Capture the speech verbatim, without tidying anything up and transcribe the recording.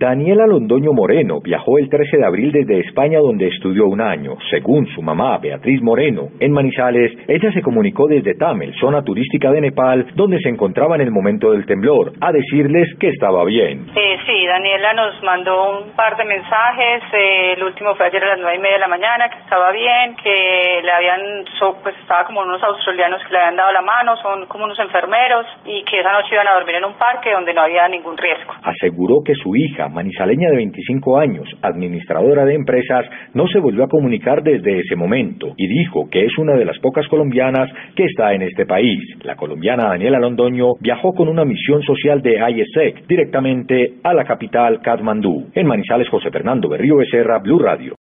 Daniela Londoño Moreno viajó el trece de abril desde España, donde estudió un año. Según su mamá, Beatriz Moreno, en Manizales, ella se comunicó desde Tamil, zona turística de Nepal, donde se encontraba en el momento del temblor, a decirles que estaba bien. Eh, sí, Daniela nos mandó un par de mensajes, eh, el último fue ayer a las nueve y media de la mañana, que estaba bien, que le habían, so, pues estaba como unos australianos que le habían dado la mano, son como unos enfermeros, y que esa noche iban a dormir en un parque donde no había ningún riesgo. Aseguró que su hija, manizaleña de veinticinco años, administradora de empresas, no se volvió a comunicar desde ese momento y dijo que es una de las pocas colombianas que está en este país. La colombiana Daniela Londoño viajó con una misión social de I S E C directamente a la capital Katmandú. En Manizales, José Fernando Berrío Becerra, Blue Radio.